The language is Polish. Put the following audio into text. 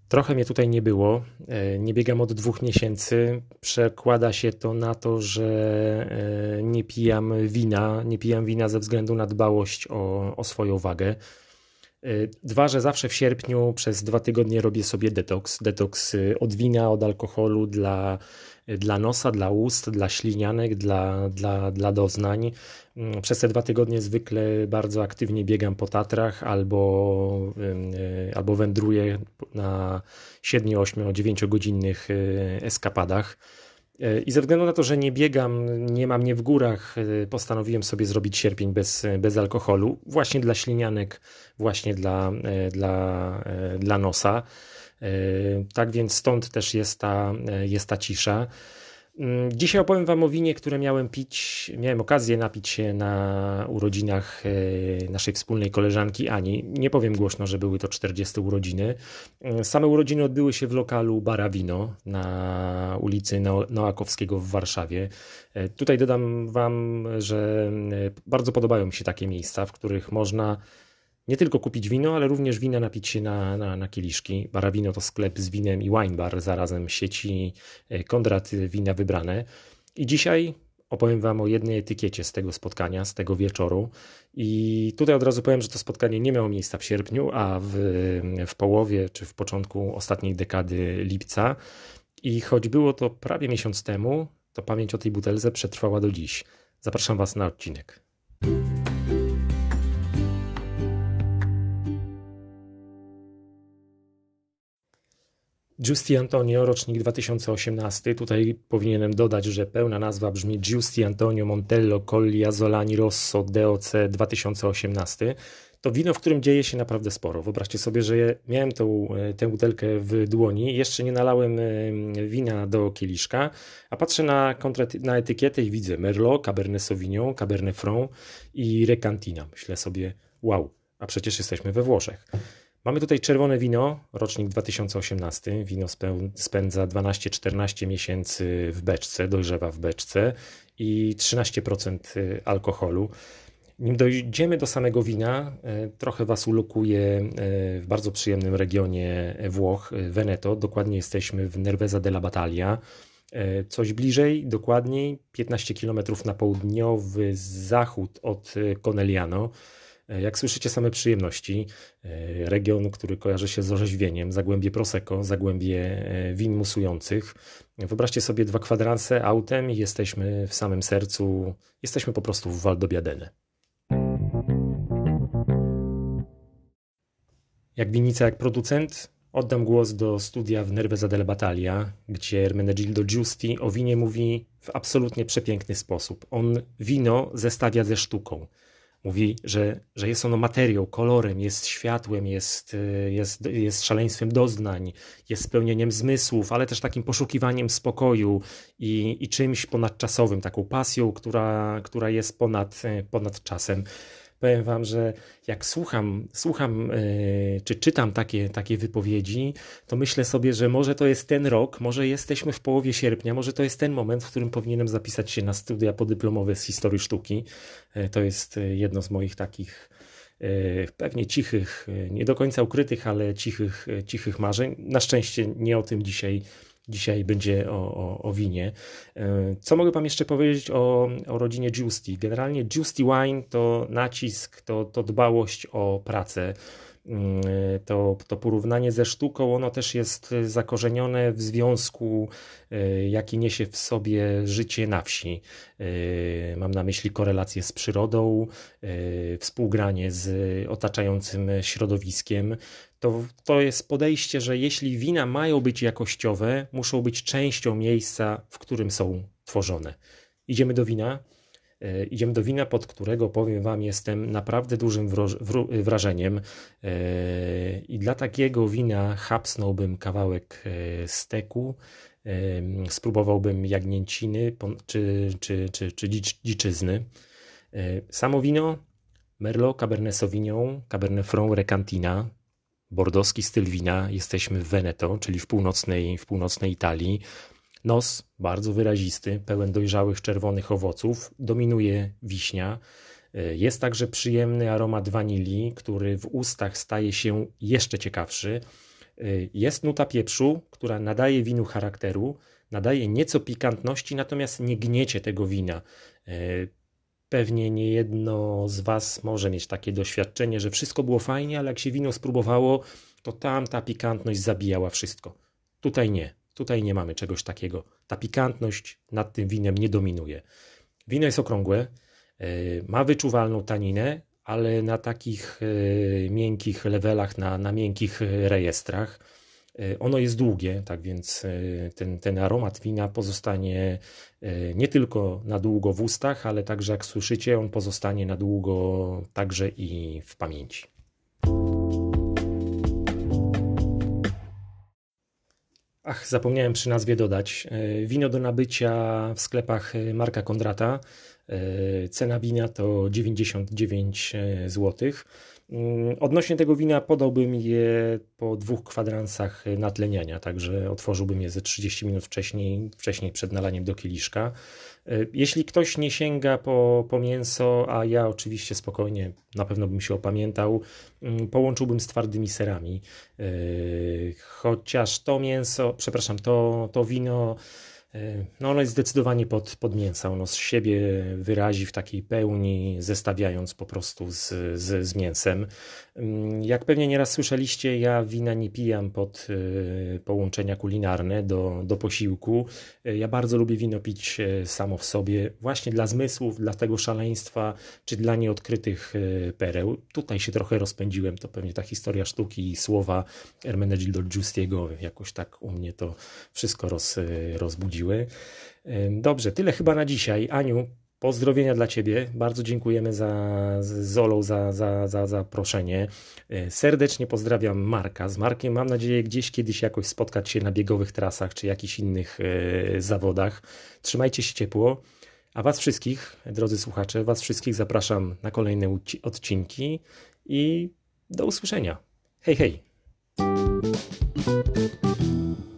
Trochę mnie tutaj nie było. Nie biegam od 2 miesięcy. Przekłada się to na to, że nie pijam wina. Nie pijam wina ze względu na dbałość o swoją wagę. Dwa, że zawsze w sierpniu przez 2 tygodnie robię sobie detoks. Detoks od wina, od alkoholu dla nosa, dla ust, dla ślinianek, dla doznań. Przez te 2 tygodnie zwykle bardzo aktywnie biegam po Tatrach albo wędruję na 7, 8, 9 godzinnych eskapadach. I ze względu na to, że nie biegam, nie mam mnie w górach, postanowiłem sobie zrobić sierpień bez alkoholu, właśnie dla ślinianek, właśnie dla nosa. Tak więc stąd też jest ta cisza. Dzisiaj opowiem Wam o winie, które miałem okazję napić się na urodzinach naszej wspólnej koleżanki Ani. Nie powiem głośno, że były to 40 urodziny. Same urodziny odbyły się w lokalu Bara Wino na ulicy Noakowskiego w Warszawie. Tutaj dodam Wam, że bardzo podobają mi się takie miejsca, w których można nie tylko kupić wino, ale również wina napić się na kieliszki. Bara Wino to sklep z winem i wine bar, zarazem sieci Konrad Wina Wybrane. I dzisiaj opowiem Wam o jednej etykiecie z tego spotkania, z tego wieczoru. I tutaj od razu powiem, że to spotkanie nie miało miejsca w sierpniu, a w połowie czy w początku ostatniej dekady lipca. I choć było to prawie miesiąc temu, to pamięć o tej butelce przetrwała do dziś. Zapraszam Was na odcinek. Giusti Antonio, rocznik 2018. Tutaj powinienem dodać, że pełna nazwa brzmi Giusti Antonio Montello Colli Azzolani Rosso DOC 2018. To wino, w którym dzieje się naprawdę sporo. Wyobraźcie sobie, że miałem tę butelkę w dłoni, jeszcze nie nalałem wina do kieliszka, a patrzę na etykietę i widzę Merlot, Cabernet Sauvignon, Cabernet Franc i Recantina. Myślę sobie, wow, a przecież jesteśmy we Włoszech. Mamy tutaj czerwone wino, rocznik 2018. Wino spędza 12-14 miesięcy w beczce, dojrzewa w beczce i 13% alkoholu. Nim dojdziemy do samego wina, trochę Was ulokuję w bardzo przyjemnym regionie Włoch, Veneto. Dokładnie jesteśmy w Nervesa della Battaglia. Coś bliżej, dokładniej 15 km na południowy zachód od Conegliano. Jak słyszycie, same przyjemności. Region, który kojarzy się z orzeźwieniem, Zagłębie Prosecco, Zagłębie win musujących. Wyobraźcie sobie 2 kwadranse autem i jesteśmy w samym sercu, jesteśmy po prostu w Valdobbiadene. Jak winnica, jak producent, oddam głos do studia w Nervesa della Battaglia, gdzie Ermenegildo Giusti o winie mówi w absolutnie przepiękny sposób. On wino zestawia ze sztuką. Mówi, że jest ono materią, kolorem, jest światłem, jest szaleństwem doznań, jest spełnieniem zmysłów, ale też takim poszukiwaniem spokoju i czymś ponadczasowym, taką pasją, która jest ponad czasem. Powiem Wam, że jak słucham czy czytam takie wypowiedzi, to myślę sobie, że może to jest ten rok, może jesteśmy w połowie sierpnia, może to jest ten moment, w którym powinienem zapisać się na studia podyplomowe z historii sztuki. To jest jedno z moich takich pewnie cichych, nie do końca ukrytych, ale cichych marzeń. Na szczęście nie o tym dzisiaj będzie o winie. Co mogę Wam jeszcze powiedzieć o rodzinie Giusti? Generalnie Giusti Wine to nacisk, to dbałość o pracę. To porównanie ze sztuką, ono też jest zakorzenione w związku, jaki niesie w sobie życie na wsi. Mam na myśli korelację z przyrodą, współgranie z otaczającym środowiskiem. To jest podejście, że jeśli wina mają być jakościowe, muszą być częścią miejsca, w którym są tworzone. Idziemy do wina, pod którego, powiem Wam, jestem naprawdę dużym wrażeniem. I dla takiego wina chapsnąłbym kawałek steku, spróbowałbym jagnięciny czy dziczyzny. Samo wino, Merlot, Cabernet Sauvignon, Cabernet Franc, Recantina, bordowski styl wina. Jesteśmy w Veneto, czyli w północnej Italii. Nos bardzo wyrazisty, pełen dojrzałych czerwonych owoców, dominuje wiśnia. Jest także przyjemny aromat wanilii, który w ustach staje się jeszcze ciekawszy. Jest nuta pieprzu, która nadaje winu charakteru, nadaje nieco pikantności, natomiast nie gniecie tego wina. Pewnie niejedno z Was może mieć takie doświadczenie, że wszystko było fajnie, ale jak się wino spróbowało, to ta pikantność zabijała wszystko. Tutaj nie mamy czegoś takiego. Ta pikantność nad tym winem nie dominuje. Wino jest okrągłe, ma wyczuwalną taninę, ale na takich miękkich levelach, na miękkich rejestrach. Ono jest długie, tak więc ten aromat wina pozostanie nie tylko na długo w ustach, ale także jak słyszycie, on pozostanie na długo także i w pamięci. Ach, zapomniałem przy nazwie dodać. Wino do nabycia w sklepach Marka Kondrata. Cena wina to 99 zł. Odnośnie tego wina podałbym je po 2 kwadransach natleniania, także otworzyłbym je ze 30 minut wcześniej przed nalaniem do kieliszka. Jeśli ktoś nie sięga po mięso, a ja oczywiście spokojnie, na pewno bym się opamiętał, połączyłbym z twardymi serami. Chociaż to wino, no ono jest zdecydowanie pod mięsa. Ono z siebie wyrazi w takiej pełni, zestawiając po prostu z mięsem. Jak pewnie nieraz słyszeliście, ja wina nie pijam pod połączenia kulinarne do posiłku. Ja bardzo lubię wino pić samo w sobie, właśnie dla zmysłów, dla tego szaleństwa, czy dla nieodkrytych pereł. Tutaj się trochę rozpędziłem, to pewnie ta historia sztuki i słowa Ermenegildo Giustiego jakoś tak u mnie to wszystko rozbudziły. Dobrze, tyle chyba na dzisiaj. Aniu, pozdrowienia dla Ciebie. Bardzo dziękujemy z Olą za zaproszenie. Serdecznie pozdrawiam Marka. Z Markiem mam nadzieję gdzieś kiedyś jakoś spotkać się na biegowych trasach czy jakichś innych zawodach. Trzymajcie się ciepło. A Was wszystkich, drodzy słuchacze, Was wszystkich zapraszam na kolejne odcinki i do usłyszenia. Hej, hej!